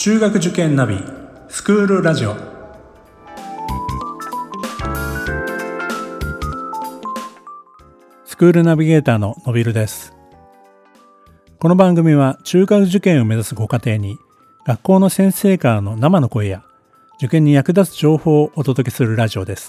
中学受験ナビスクールラジオ。スクールナビゲーターののびるです。この番組は中学受験を目指すご家庭に学校の先生からの生の声や受験に役立つ情報をお届けするラジオです。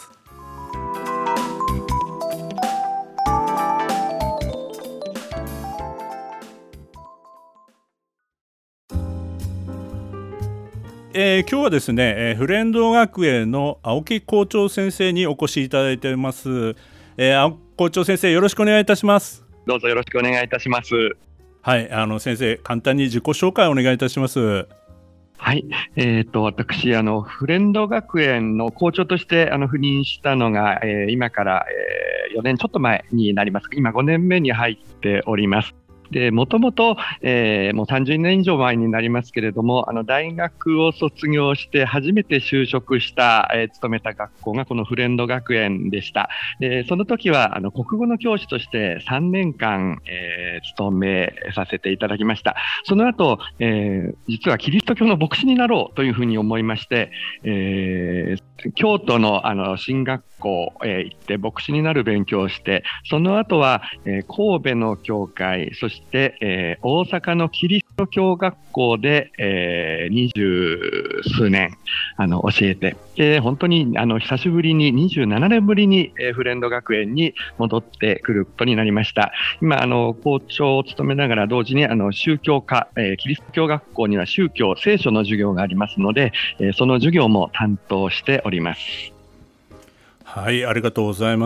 今日はですね、フレンド学園の青木校長先生にお越しいただいています。青木校長先生、よろしくお願いいたします。 どうぞよろしくお願いいたします。 はい、先生、簡単に自己紹介をお願いいたします。 はい、私フレンド学園の校長として赴任したのが、今から、4年ちょっと前になります。今5年目に入っております。でもともと、もう30年以上前になりますけれども、大学を卒業して初めて就職した、勤めた学校がこのフレンド学園でした。でその時は国語の教師として3年間、勤めさせていただきました。その後、実はキリスト教の牧師になろうというふうに思いまして、京都の進学校へ行って牧師になる勉強をして、その後は、神戸の教会、そして、大阪のキリスト教学校で、20数年教えて、本当に久しぶりに27年ぶりに、フレンド学園に戻ってくることになりました。今校長を務めながら同時に宗教科、キリスト教学校には宗教聖書の授業がありますので、その授業も担当しております。 はい、ありがとうございます。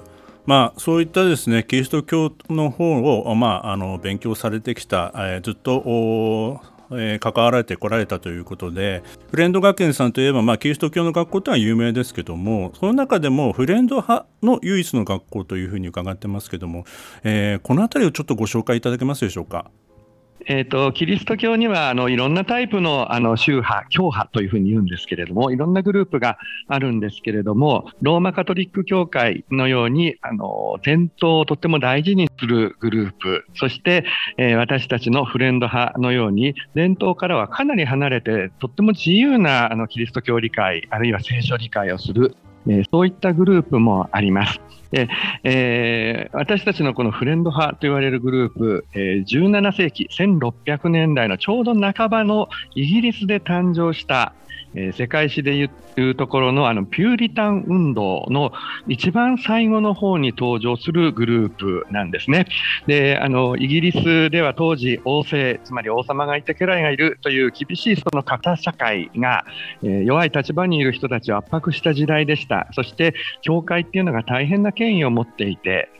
そういったですね、キリスト教の方を、勉強されてきた、ずっと関わられてこられたということで、フレンド学園さんといえば、キリスト教の学校というのは有名ですけども、その中でもフレンド派の唯一の学校というふうに伺ってますけども、このあたりをちょっとご紹介いただけますでしょうか。 キリスト教にはいろんなタイプの宗派、教派というふうに言うんですけれども、いろんなグループがあるんですけれども、ローマカトリック教会のように伝統をとても大事にするグループ、そして、私たちのフレンド派のように伝統からはかなり離れてとっても自由なキリスト教理解、あるいは聖書理解をする、そういったグループもあります。で私たちのこのフレンド派と言われるグループ、17世紀1600年代のちょうど半ばのイギリスで誕生した、世界史でいうところのピューリタン運動の一番最後の方に登場するグループなんですね。でイギリスでは当時王政、つまり王様がいて家来がいるという厳しいその型社会が、弱い立場にいる人たちを圧迫した時代でした。そして教会っていうのが大変な権威を持っていて、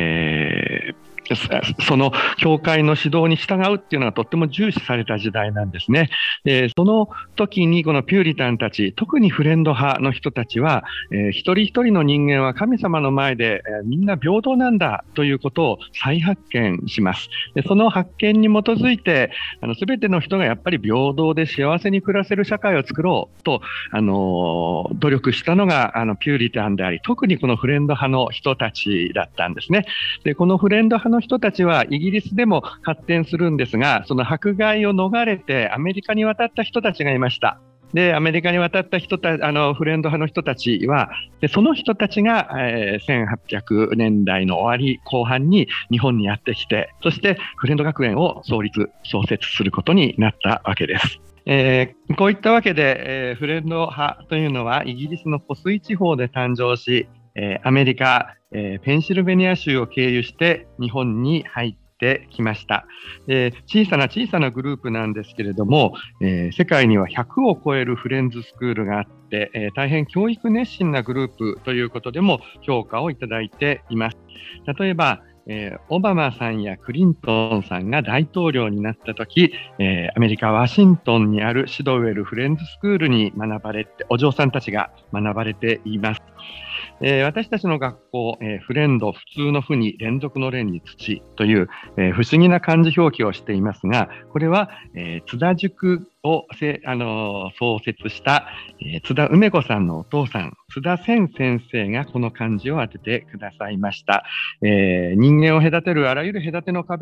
その教会の指導に従うっていうのはとっても重視された時代なんですね。その時にこのピューリタンたち、特にフレンド派の人たちは、一人一人の人間は神様の前で、みんな平等なんだということを再発見します。でその発見に基づいて全ての人がやっぱり平等で幸せに暮らせる社会を作ろうと努力したのがピューリタンであり、特にこのフレンド派の人たちだったんですね。でこのフレンド派の人たちはイギリスでも発展するんですが、その迫害を逃れてアメリカに渡った人たちがいました。でアメリカに渡った人たフレンド派の人たちは、その人たちが、1800年代の終わり後半に日本にやってきて、そしてフレンド学園を創設することになったわけです。こういったわけで、フレンド派というのはイギリスの湖水地方で誕生し、アメリカ、ペンシルベニア州を経由して日本に入ってきました。小さなグループなんですけれども、世界には100を超えるフレンズスクールがあって、大変教育熱心なグループということでも評価をいただいています。例えばオバマさんやクリントンさんが大統領になった時、アメリカ・ワシントンにあるシドウェルフレンズスクールに学ばれて、お嬢さんたちが学ばれています。私たちの学校、フレンド、普通の普に連続の連に土という、不思議な漢字表記をしていますが、これは、津田塾を創設した、津田梅子さんのお父さん、津田千先生がこの漢字を当ててくださいました。人間を隔てるあらゆる隔ての壁を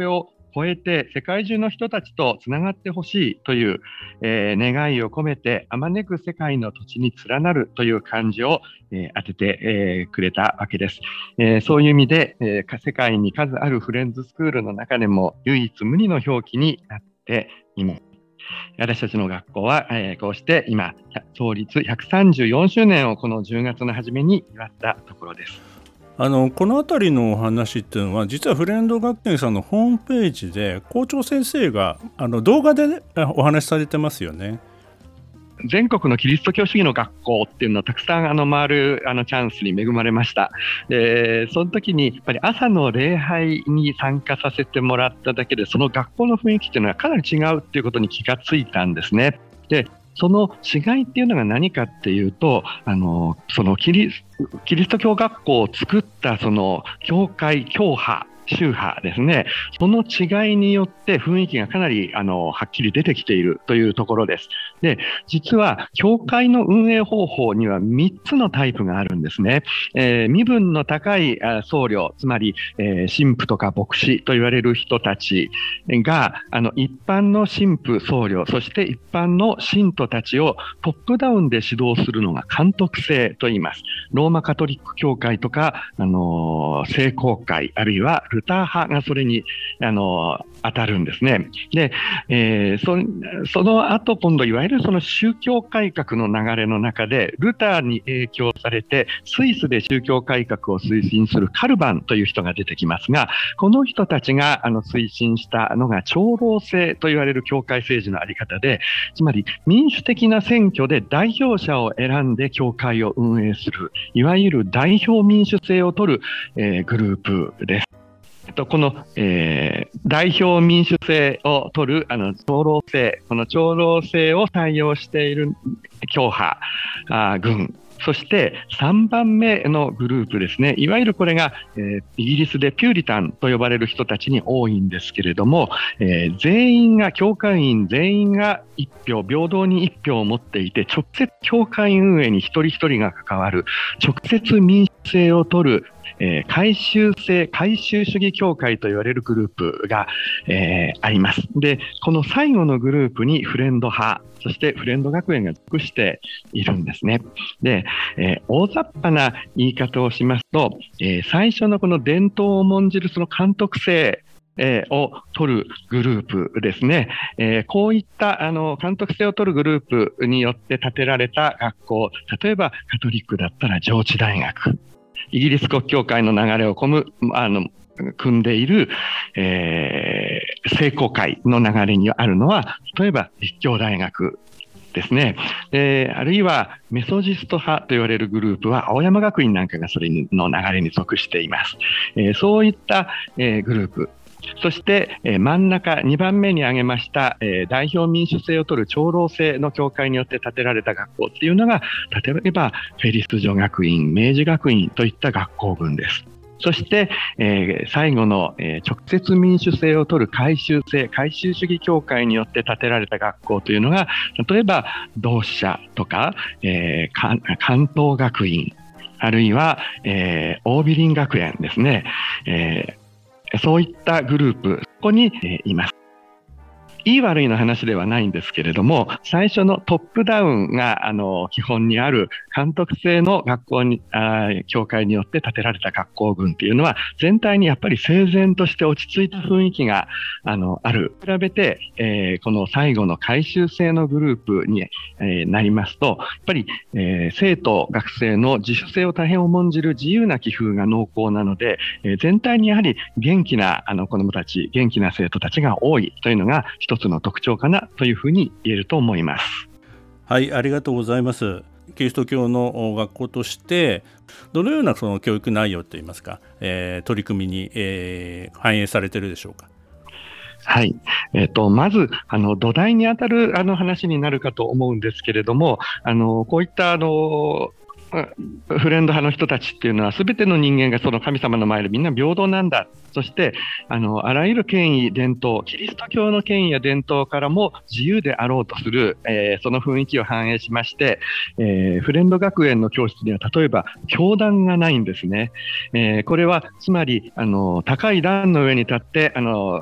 超えて世界中の人たちとつながってほしいという、願いを込めて、あまねく世界の土地に連なるという漢字を、当てて、くれたわけです。そういう意味で、世界に数あるフレンズスクールの中でも唯一無二の表記になっています。私たちの学校は、こうして今創立134周年をこの10月の初めに祝ったところです。 この辺りのお話っていうのは実はフレンド学園さんのホームページで校長先生が動画で、お話しされてますよね。 全国のキリスト教主義の学校っていうのをたくさん回るチャンスに恵まれました。その時にやっぱり朝の礼拝に参加させてもらっただけでその学校の雰囲気っていうのはかなり違うっていうことに気がついたんですね。でその違いっていうのが何かっていうと、そのキリスト教学校を作ったその教会、教派、宗派ですね、その違いによって雰囲気がかなりはっきり出てきているというところです。で、実は教会の運営方法には3つのタイプがあるんですね。身分の高い僧侶、つまり、神父とか牧師と言われる人たちが一般の神父、僧侶、そして一般の信徒たちをトップダウンで指導するのが監督制と言います。ローマカトリック教会とか聖公会、あるいはルター派がそれに当たるんですね。で、その後今度いわゆるその宗教改革の流れの中でルターに影響されてスイスで宗教改革を推進するカルバンという人が出てきますが、この人たちが推進したのが長老制と言われる教会政治のあり方で、つまり民主的な選挙で代表者を選んで教会を運営する、いわゆる代表民主制を取る、グループです。この、代表民主制を取る長老制、この長老制を採用している教派軍、そして3番目のグループですね。いわゆるこれが、イギリスでピューリタンと呼ばれる人たちに多いんですけれども、教会員全員が1票、平等に1票を持っていて、直接教会運営に一人一人が関わる、直接民主制を取る、改宗主義教会と言われるグループが、あります。で、この最後のグループにフレンド派、そしてフレンド学園が属しているんですね。で、大雑把な言い方をしますと、最初のこの伝統を重んじるその監督制を取るグループですね。こういった監督制を取るグループによって建てられた学校、例えばカトリックだったら上智大学、イギリス国教会の流れを組んでいる、聖公会の流れにあるのは、例えば立教大学ですね。あるいはメソジスト派と言われるグループは青山学院なんかがそれの流れに属しています。そういった、グループ。そして、真ん中2番目に挙げました、代表民主制を取る長老制の教会によって建てられた学校っていうのが、例えばフェリス女学院、明治学院といった学校群です。そして、最後の、直接民主制を取る改宗主義教会によって建てられた学校というのが、例えば同志社とか、関東学院、あるいは、桜美林学園ですね。そういったグループ、そこに、います。いい悪いの話ではないんですけれども、最初のトップダウンが基本にある監督制の学校に教会によって建てられた学校群っていうのは、全体にやっぱり整然として落ち着いた雰囲気がある。比べて、この最後の改宗制のグループに、なりますと、やっぱり、生徒学生の自主性を大変重んじる自由な気風が濃厚なので、全体にやはり元気な子どもたち、元気な生徒たちが多いというのが一つの特徴かなというふうに言えると思います。 はい、ありがとうございます。キリスト教の学校としてどのようなその教育内容といいますか、取り組みに、反映されているでしょうか。 はい。まず、土台にあたる話になるかと思うんですけれども、こういったフレンド派の人たちっていうのは全ての人間がその神様の前でみんな平等なんだ。そしてあらゆる権威伝統、キリスト教の権威や伝統からも自由であろうとする、その雰囲気を反映しまして、フレンド学園の教室には例えば教壇がないんですね。これはつまり高い段の上に立って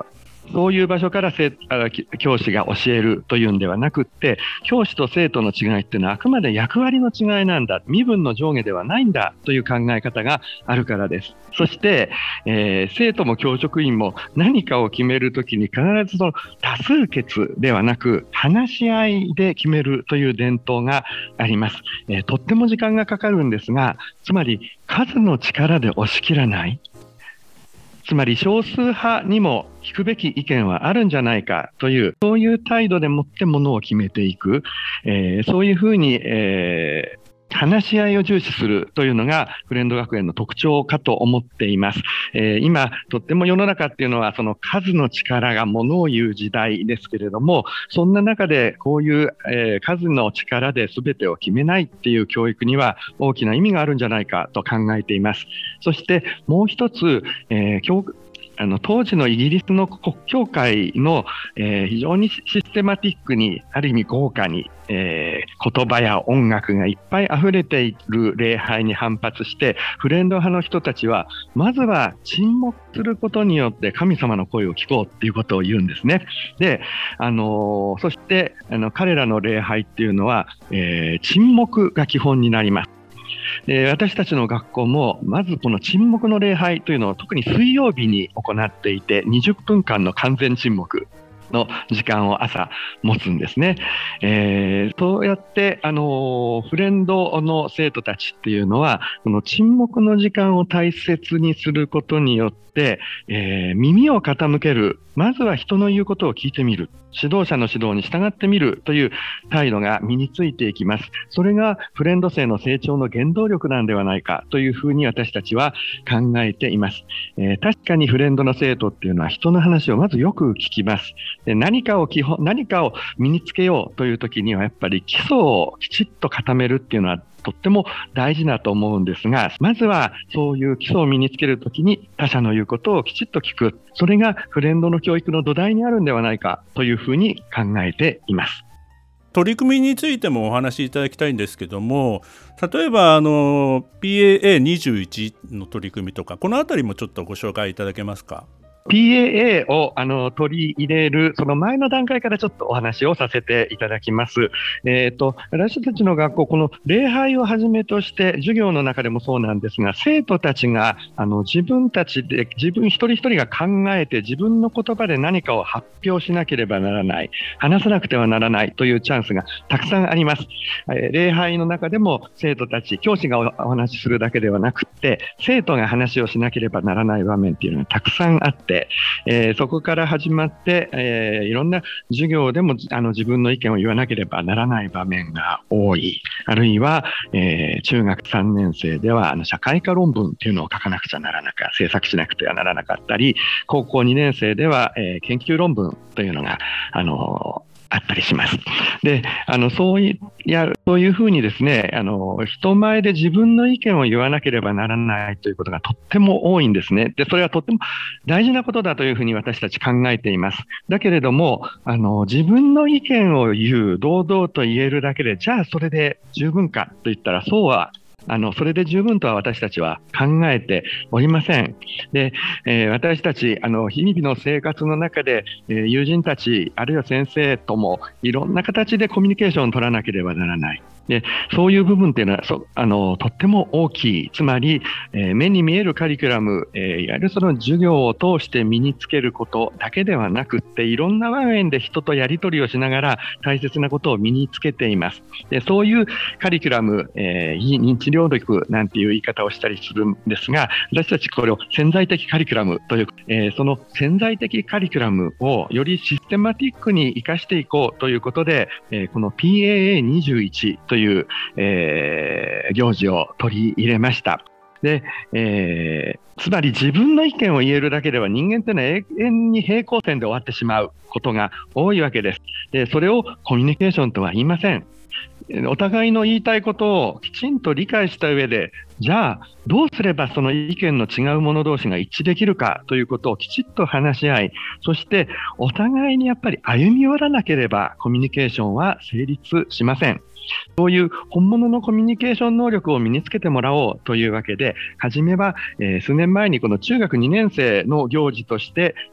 そういう場所から教師が教えるというんではなくって、教師と生徒の違いっていうのはあくまで役割の違いなんだ、身分の上下ではないんだという考え方があるからです。そして、生徒も教職員も何かを決めるときに必ずその多数決ではなく話し合いで決めるという伝統があります。とっても時間がかかるんですが、つまり数の力で押し切らない、つまり少数派にも聞くべき意見はあるんじゃないかという、そういう態度でもってものを決めていく、そういうふうに、話し合いを重視するというのがフレンド学園の特徴かと思っています。今とっても世の中っていうのはその数の力がものを言う時代ですけれども、そんな中でこういう、数の力で全てを決めないっていう教育には大きな意味があるんじゃないかと考えています。そしてもう一つ、当時のイギリスの国教会の、非常にシステマティックに、ある意味豪華に、言葉や音楽がいっぱい溢れている礼拝に反発して、フレンド派の人たちはまずは沈黙することによって神様の声を聞こうっていうことを言うんですね。で、そして彼らの礼拝っていうのは、沈黙が基本になります。私たちの学校もまずこの沈黙の礼拝というのを特に水曜日に行っていて、20分間の完全沈黙の時間を朝持つんですね。そうやってフレンドの生徒たちっていうのはこの沈黙の時間を大切にすることによって、耳を傾ける、まずは人の言うことを聞いてみる、指導者の指導に従ってみるという態度が身についていきます。それがフレンド生の成長の原動力なんではないかというふうに私たちは考えています。確かにフレンドの生徒っていうのは人の話をまずよく聞きます。何かを身につけようという時にはやっぱり基礎をきちっと固めるっていうのはとっても大事だと思うんですが、まずはそういう基礎を身につけるときに他者の言うことをきちっと聞く、それがフレンドの教育の土台にあるんではないかというふうに考えています。 取り組みについてもお話しいただきたいんですけども、例えばPAA21 の取り組みとか、このあたりもちょっとご紹介いただけますか。 PAA を取り入れるその前の段階からちょっとお話をさせていただきます。私たちの学校、この礼拝をはじめとして授業の中でもそうなんですが、生徒たちが自分たちで一人一人が考えて自分の言葉で何かを発表しなければならない、話さなくてはならないというチャンスがたくさんあります。礼拝の中でも生徒たち、教師がお話しするだけではなくて生徒が話をしなければならない場面っていうのがたくさんあって、そこから始まって、いろんな授業でも自分の意見を言わなければならない場面が多い。あるいは、中学3年生では社会科論文っていうのを書かなくちゃならなかった、制作しなくてはならなかったり、高校2年生では、研究論文というのがあったりします。で、そういうふうにですね、人前で自分の意見を言わなければならないということがとっても多いんですね。で、それはとっても大事なことだというふうに私たち考えています。だけれども、自分の意見を言う、堂々と言えるだけで、じゃあそれで十分かと言ったら、そうはそれで十分とは私たちは考えておりません。で、私たち日々の生活の中で、友人たちあるいは先生ともいろんな形でコミュニケーションを取らなければならない。で、そういう部分っていうのはとっても大きい。つまり、目に見えるカリキュラム、いわゆるその授業を通して身につけることだけではなくって、いろんな場面で人とやり取りをしながら大切なことを身につけています。で、そういうカリキュラム、非認知能力なんていう言い方をしたりするんですが、私たちこれを潜在的カリキュラムという、その潜在的カリキュラムをよりシステマティックに活かしていこうということで、この PAA21 という、行事を取り入れました。で、つまり自分の意見を言えるだけでは人間というのは永遠に平行線で終わってしまうことが多いわけです。で、それをコミュニケーションとは言いません。 お互いの言いたいことをきちんと理解した上で、じゃあどうすればその意見の違う者同士が一致できるかということをきちっと話し合い、そしてお互いにやっぱり歩み寄らなければコミュニケーションは成立しません。そういう本物のコミュニケーション能力を身につけてもらおうというわけで、初めは、数年前にこの中学2年生の行事として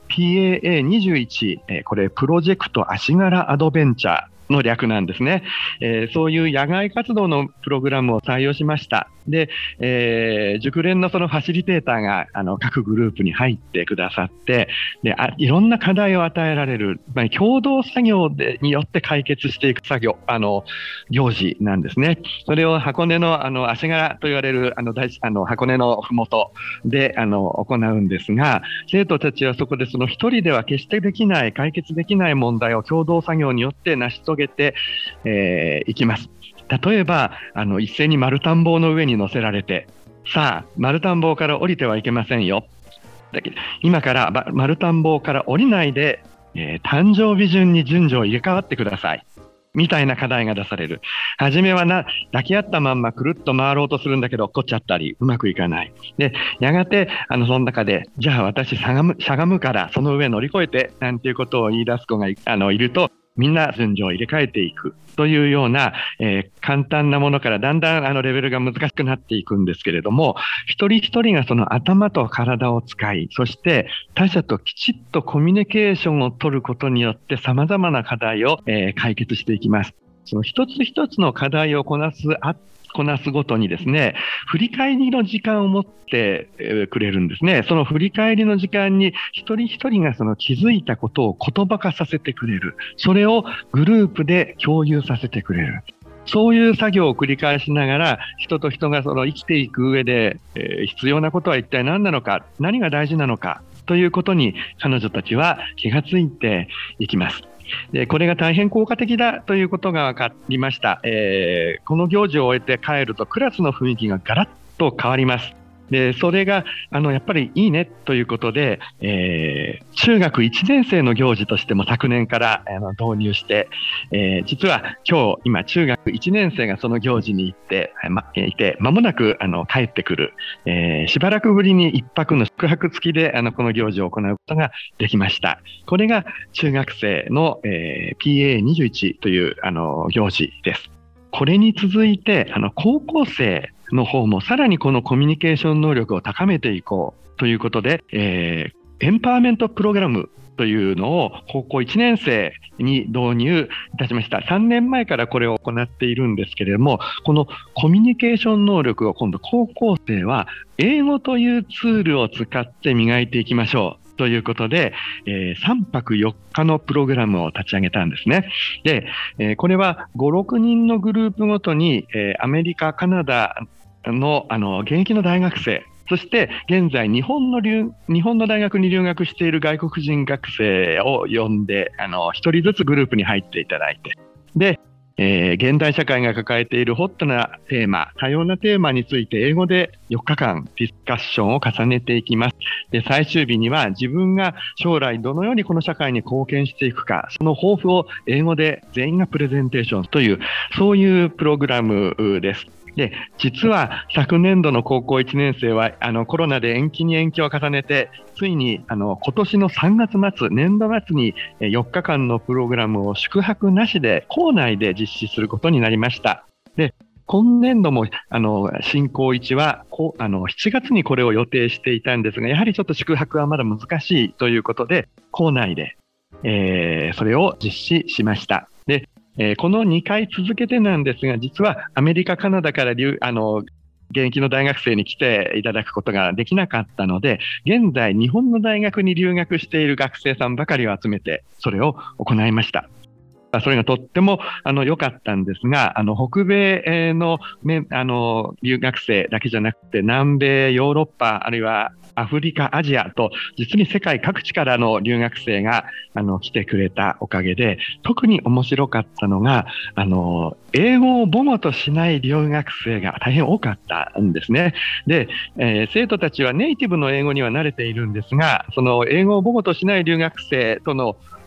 PAA21、これプロジェクト足柄アドベンチャーの略なんですね。そういう野外活動のプログラムを採用しました。で、熟練のそのファシリテーターが各グループに入ってくださって、でいろんな課題を与えられる、共同作業によって解決していく行事なんですね。それを箱根の足柄と言われる箱根のふもとで行うんですが、生徒たちはそこでその一人では決してできない解決できない問題を共同作業によって成し遂げていきます。例えば一斉に丸太んぼの上に乗せられて、さあ丸太んぼから降りてはいけませんよ、だけど今から丸太んぼから降りないで、誕生日順に順序を入れ替わってくださいみたいな課題が出される。初めは抱き合ったまんまくるっと回ろうとするんだけど落っこっちゃったりうまくいかない。でやがてその中で、じゃあ私しゃがむからその上乗り越えてなんていうことを言い出す子がいると、みんな順序を入れ替えていくというような、簡単なものからだんだんレベルが難しくなっていくんですけれども、一人一人がその頭と体を使い、そして他者ときちっとコミュニケーションを取ることによって様々な課題を、解決していきます。その一つ一つの課題をこなすごとにですね、振り返りの時間を持ってくれるんですね。その振り返りの時間に一人一人がその気づいたことを言葉化させてくれる。それをグループで共有させてくれる。そういう作業を繰り返しながら、人と人がその生きていく上で、必要なことは一体何なのか、何が大事なのかということに彼女たちは気がついていきます。でこれが大変効果的だということが分かりました。この行事を終えて帰るとクラスの雰囲気がガラッと変わります。でそれがやっぱりいいねということで、中学1年生の行事としても昨年から導入して、実は今中学1年生がその行事に行っていて、間もなく帰ってくる、しばらくぶりに1泊の宿泊付きでこの行事を行うことができました。これが中学生の、PA21 という行事です。これに続いて高校生の方もさらにこのコミュニケーション能力を高めていこうということで、エンパワーメントプログラムというのを高校1年生に導入いたしました。3年前からこれを行っているんですけれども、このコミュニケーション能力を今度高校生は英語というツールを使って磨いていきましょうということで、3泊4日のプログラムを立ち上げたんですね。で、これは5、6人のグループごとに、アメリカ、カナダの現役の大学生、そして現在日本の大学に留学している外国人学生を呼んで一人ずつグループに入っていただいて、で、現代社会が抱えているホットなテーマ、多様なテーマについて英語で4日間ディスカッションを重ねていきます。で、最終日には自分が将来どのようにこの社会に貢献していくか、その抱負を英語で全員がプレゼンテーションという、そういうプログラムです。で、実は昨年度の高校1年生はコロナで延期を重ねて、ついに今年の3月末、年度末に4日間のプログラムを宿泊なしで校内で実施することになりました。で、今年度も新高1は7月にこれを予定していたんですが、やはりちょっと宿泊はまだ難しいということで校内で、それを実施しました。でこの2回続けてなんですが、実はアメリカ、カナダから現役の大学生に来ていただくことができなかったので、現在日本の大学に留学している学生さんばかりを集めてそれを行いました。それがとっても良かったんですが、北米の留学生だけじゃなくて、南米、ヨーロッパ、あるいはアフリカ、アジアと実に世界各地からの留学生が来てくれたおかげで、特に面白かったのが英語を母語としない留学生が大変多かったんですね。で、生徒たちはネイティブの英語には慣れているんですが、その英語を母語としない留学生との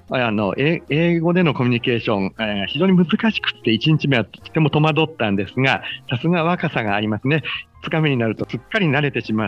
英語でのコミュニケーション、非常に難しくて1日目はとても戸惑ったんですが、さすが若さがありますね。2日目になるとすっかり慣れてしまって、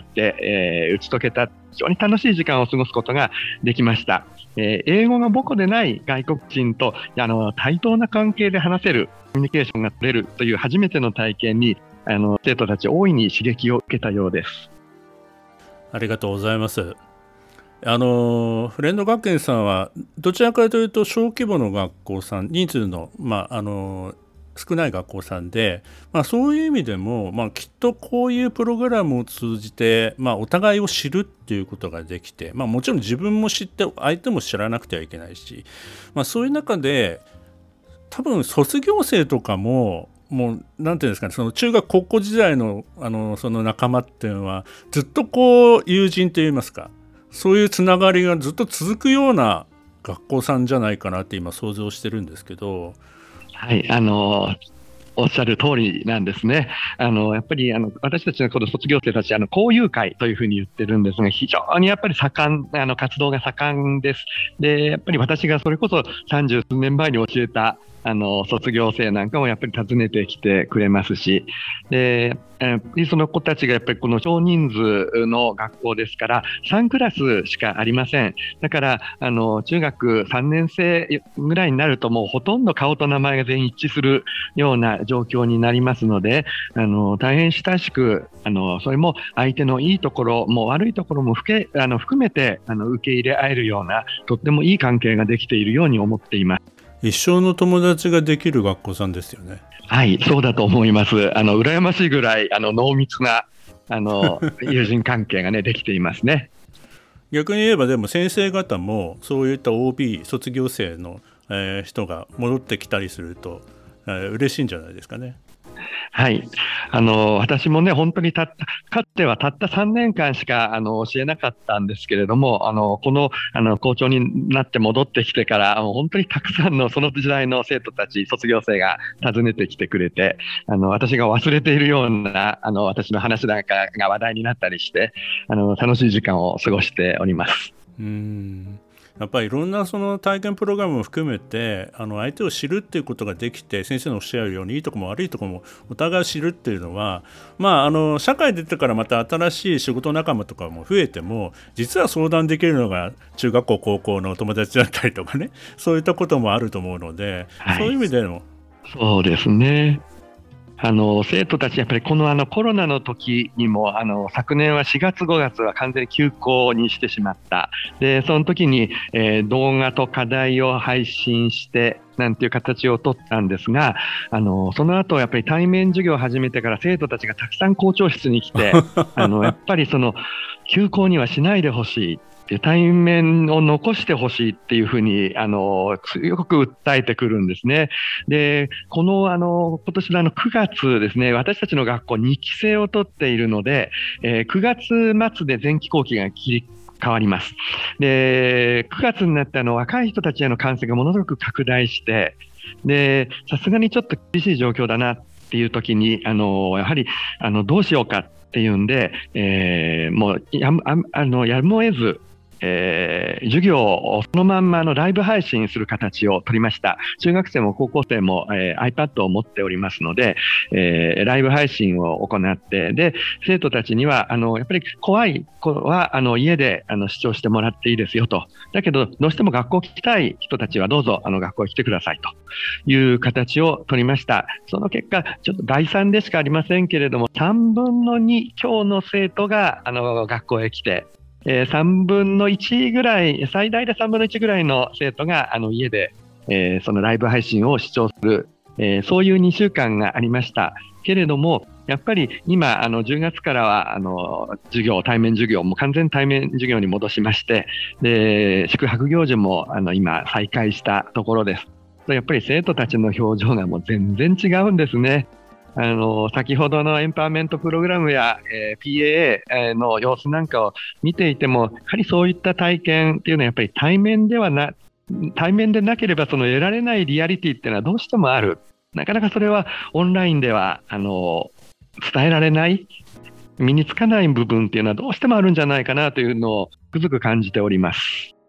打ち解けた非常に楽しい時間を過ごすことができました。英語が母語でない外国人と対等な関係で話せる、コミュニケーションが取れるという初めての体験に生徒たち大いに刺激を受けたようです。 ありがとうございます。フレンド学園さんはどちらかというと小規模の学校さん、人数の、少ない学校さんで、そういう意味でも、きっとこういうプログラムを通じて、お互いを知るっていうことができて、もちろん自分も知って相手も知らなくてはいけないし、そういう中で多分卒業生とかもなんていうんですかね、その中学高校時代のその仲間っていうのはずっとこう友人といいますか、そういうつながりがずっと続くような学校さんじゃないかなって今想像してるんですけど。 はい、おっしゃる通りなんですね。やっぱり私たちのこの卒業生たち交友会というふうに言ってるんですが、非常にやっぱり活動が盛んです。で、やっぱり私がそれこそ30数年前に教えた卒業生なんかもやっぱり訪ねてきてくれますし、でその子たちがやっぱりこの少人数の学校ですから3クラスしかありません。だから中学3年生ぐらいになるともうほとんど顔と名前が全員一致するような状況になりますので、大変親しくそれも相手のいいところも悪いところも含めて受け入れ合えるようなとってもいい関係ができているように思っています。 一生の友達ができる学校さんですよね。 はい、そうだと思います。羨ましいぐらい濃密な友人関係がねできていますね。 逆に言えばでも先生方もそういった OB 卒業生の、人が戻ってきたりすると、嬉しいんじゃないですかね。 はい、私もね本当にかつてはたった3年間しか教えなかったんですけれども、この校長になって戻ってきてから本当にたくさんのその時代の生徒たち卒業生が訪ねてきてくれて、私が忘れているような私の話なんかが話題になったりして楽しい時間を過ごしております。 やっぱりいろんなその体験プログラムも含めて相手を知るっていうことができて、先生のおっしゃるようにいいところも悪いところもお互いを知るっていうのは、社会出てからまた新しい仕事仲間とかも増えても実は相談できるのが中学校高校の友達だったりとかね、そういったこともあると思うので、そういう意味でもそうですね。生徒たちやっぱりこのコロナの時にも昨年は4月5月は完全に休校にしてしまった。でその時に、動画と課題を配信してなんていう形を取ったんですが、その後やっぱり対面授業を始めてから生徒たちがたくさん校長室に来てやっぱりその休校にはしないでほしい、対面を残してほしいっていうふうに強く訴えてくるんですね。でこの今年の9月ですね、私たちの学校2期生を取っているので、9月末で前期後期が切り変わります。で9月になって若い人たちへの感染がものすごく拡大して、でさすがにちょっと厳しい状況だなっていう時にやはりどうしようかっていうんで、もうやむを得ず授業をそのまんまライブ配信する形を取りました。中学生も高校生も、iPad を持っておりますので、ライブ配信を行って、で生徒たちにはやっぱり怖い子は家で視聴してもらっていいですよと、だけどどうしても学校来たい人たちはどうぞ学校に来てくださいという形を取りました。その結果ちょっと概算でしかありませんけれども3分の2強の生徒が学校へ来て、3分の1ぐらい、最大で3分の1ぐらいの生徒が家で、そのライブ配信を視聴する、そういう2週間がありましたけれども、やっぱり今10月からは対面授業も完全対面授業に戻しまして、で宿泊行事も今再開したところです。やっぱり生徒たちの表情がもう全然違うんですね。先ほどのエンパワーメントプログラムや、PAA の様子なんかを見ていても、やはりそういった体験っていうのはやっぱり対面でなければ得られないリアリティっていうのはどうしてもある。なかなかそれはオンラインでは伝えられない、身につかない部分っていうのはどうしてもあるんじゃないかなというのをつくづく感じております。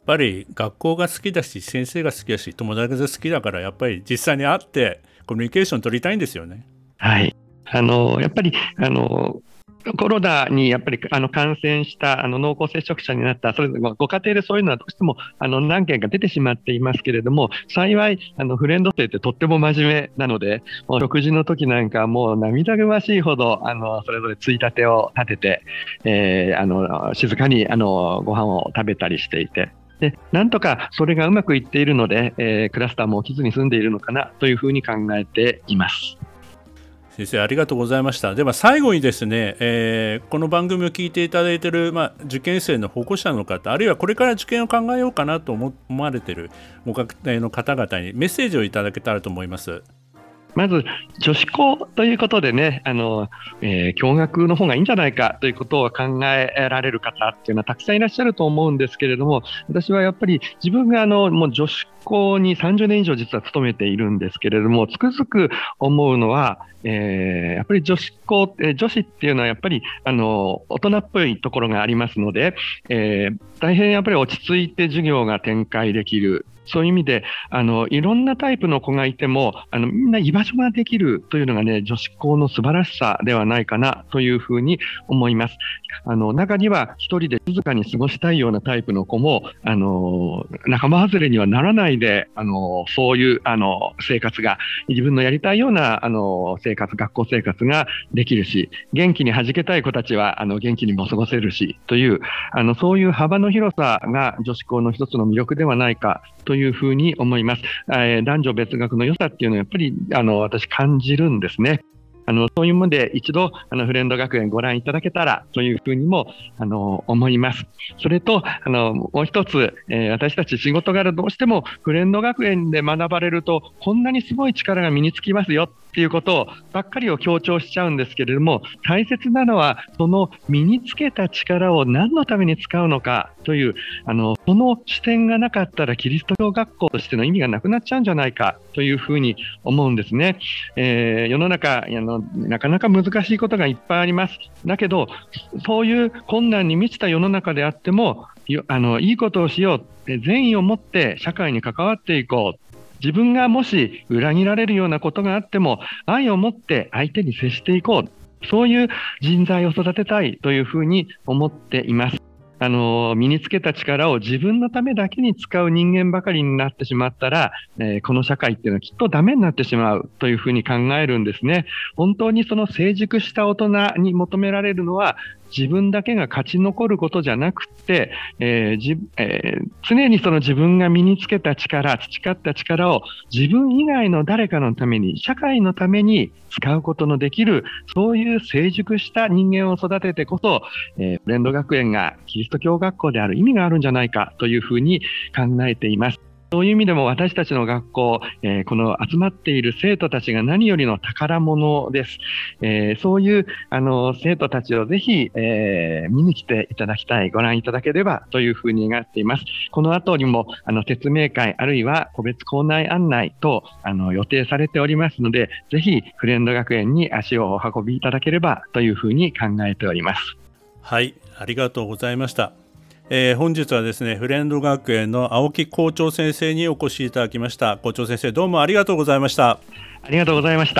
ぱり学校が好きだし先生が好きだし友達が好きだからやっぱり実際に会ってコミュニケーション取りたいんですよね。 はい。やっぱりコロナにやっぱり感染した濃厚接触者になった、それぞれご家庭でそういうのはどうしても何件か出てしまっていますけれども、幸いフレンド生ってとっても真面目なので、もう食事の時なんかもう涙ぐましいほどそれぞれついたてを立てて、静かにご飯を食べたりしていて。でなんとかそれがうまくいっているので、クラスターも起きずに済んでいるのかなというふうに考えています。 先生ありがとうございました。では最後にですね、この番組を聞いていただいている、受験生の保護者の方、あるいはこれから受験を考えようかなと思われているご家庭の方々にメッセージをいただけたらと思います。 まず女子校ということでね、共学の方がいいんじゃないかということを考えられる方っていうのはたくさんいらっしゃると思うんですけれども、私はやっぱり自分がもう女子校に30年以上実は勤めているんですけれども、つくづく思うのは、やっぱり女子校、女子っていうのはやっぱり大人っぽいところがありますので、大変やっぱり落ち着いて授業が展開できる。そういう意味でいろんなタイプの子がいてもみんな居場所ができるというのがね、女子校の素晴らしさではないかなというふうに思います。中には一人で静かに過ごしたいようなタイプの子も仲間外れにはならないでそういう生活が自分のやりたいような学校生活ができるし、元気に弾けたい子たちは元気にも過ごせるしというそういう幅の広さが女子校の一つの魅力ではないかというふうに思います。男女別学の良さっていうのはやっぱり私感じるんですね。そういうもので一度フレンド学園ご覧いただけたらというふうにも思います。それともう一つ、私たち仕事柄どうしてもフレンド学園で学ばれるとこんなにすごい力が身につきますよっていうことばっかりを強調しちゃうんですけれども、大切なのはその身につけた力を何のために使うのかというその視点がなかったらキリスト教学校としての意味がなくなっちゃうんじゃないかというふうに思うんですね。世の中なかなか難しいことがいっぱいあります。だけどそういう困難に満ちた世の中であってもいいことをしよう、善意を持って社会に関わっていこう、自分がもし裏切られるようなことがあっても愛を持って相手に接していこう、そういう人材を育てたいというふうに思っています。身につけた力を自分のためだけに使う人間ばかりになってしまったら、この社会っていうのはきっとダメになってしまうというふうに考えるんですね。本当にその成熟した大人に求められるのは自分だけが勝ち残ることじゃなくて、常にその自分が身につけた力、培った力を自分以外の誰かのために、社会のために使うことのできる、そういう成熟した人間を育ててこそ、フレンド学園がキリスト教学校である意味があるんじゃないかというふうに考えています。そういう意味でも私たちの学校、この集まっている生徒たちが何よりの宝物です。そういう生徒たちをぜひ、見に来ていただきたい、ご覧いただければというふうに願っています。この後にも説明会あるいは個別校内案内等予定されておりますので、ぜひフレンド学園に足をお運びいただければというふうに考えております。 はい、ありがとうございました。本日はですね、フレンド学園の青木校長先生にお越しいただきました。校長先生、どうもありがとうございました。 ありがとうございました。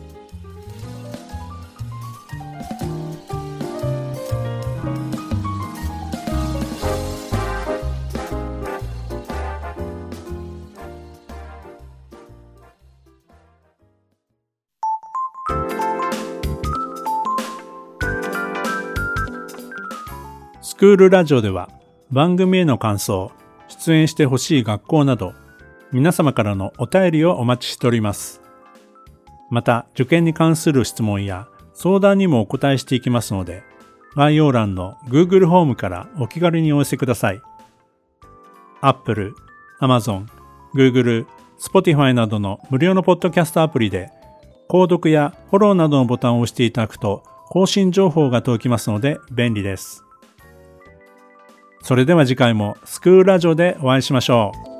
スクールラジオでは番組への感想、出演してほしい学校など皆様からのお便りをお待ちしております。また受験に関する質問や相談にもお答えしていきますので、概要欄の Google ホームからお気軽にお寄せください。Apple、Amazon、Google、Spotify などの無料のポッドキャストアプリで購読やフォローなどのボタンを押していただくと更新情報が届きますので便利です。それでは次回もスクールラジオでお会いしましょう。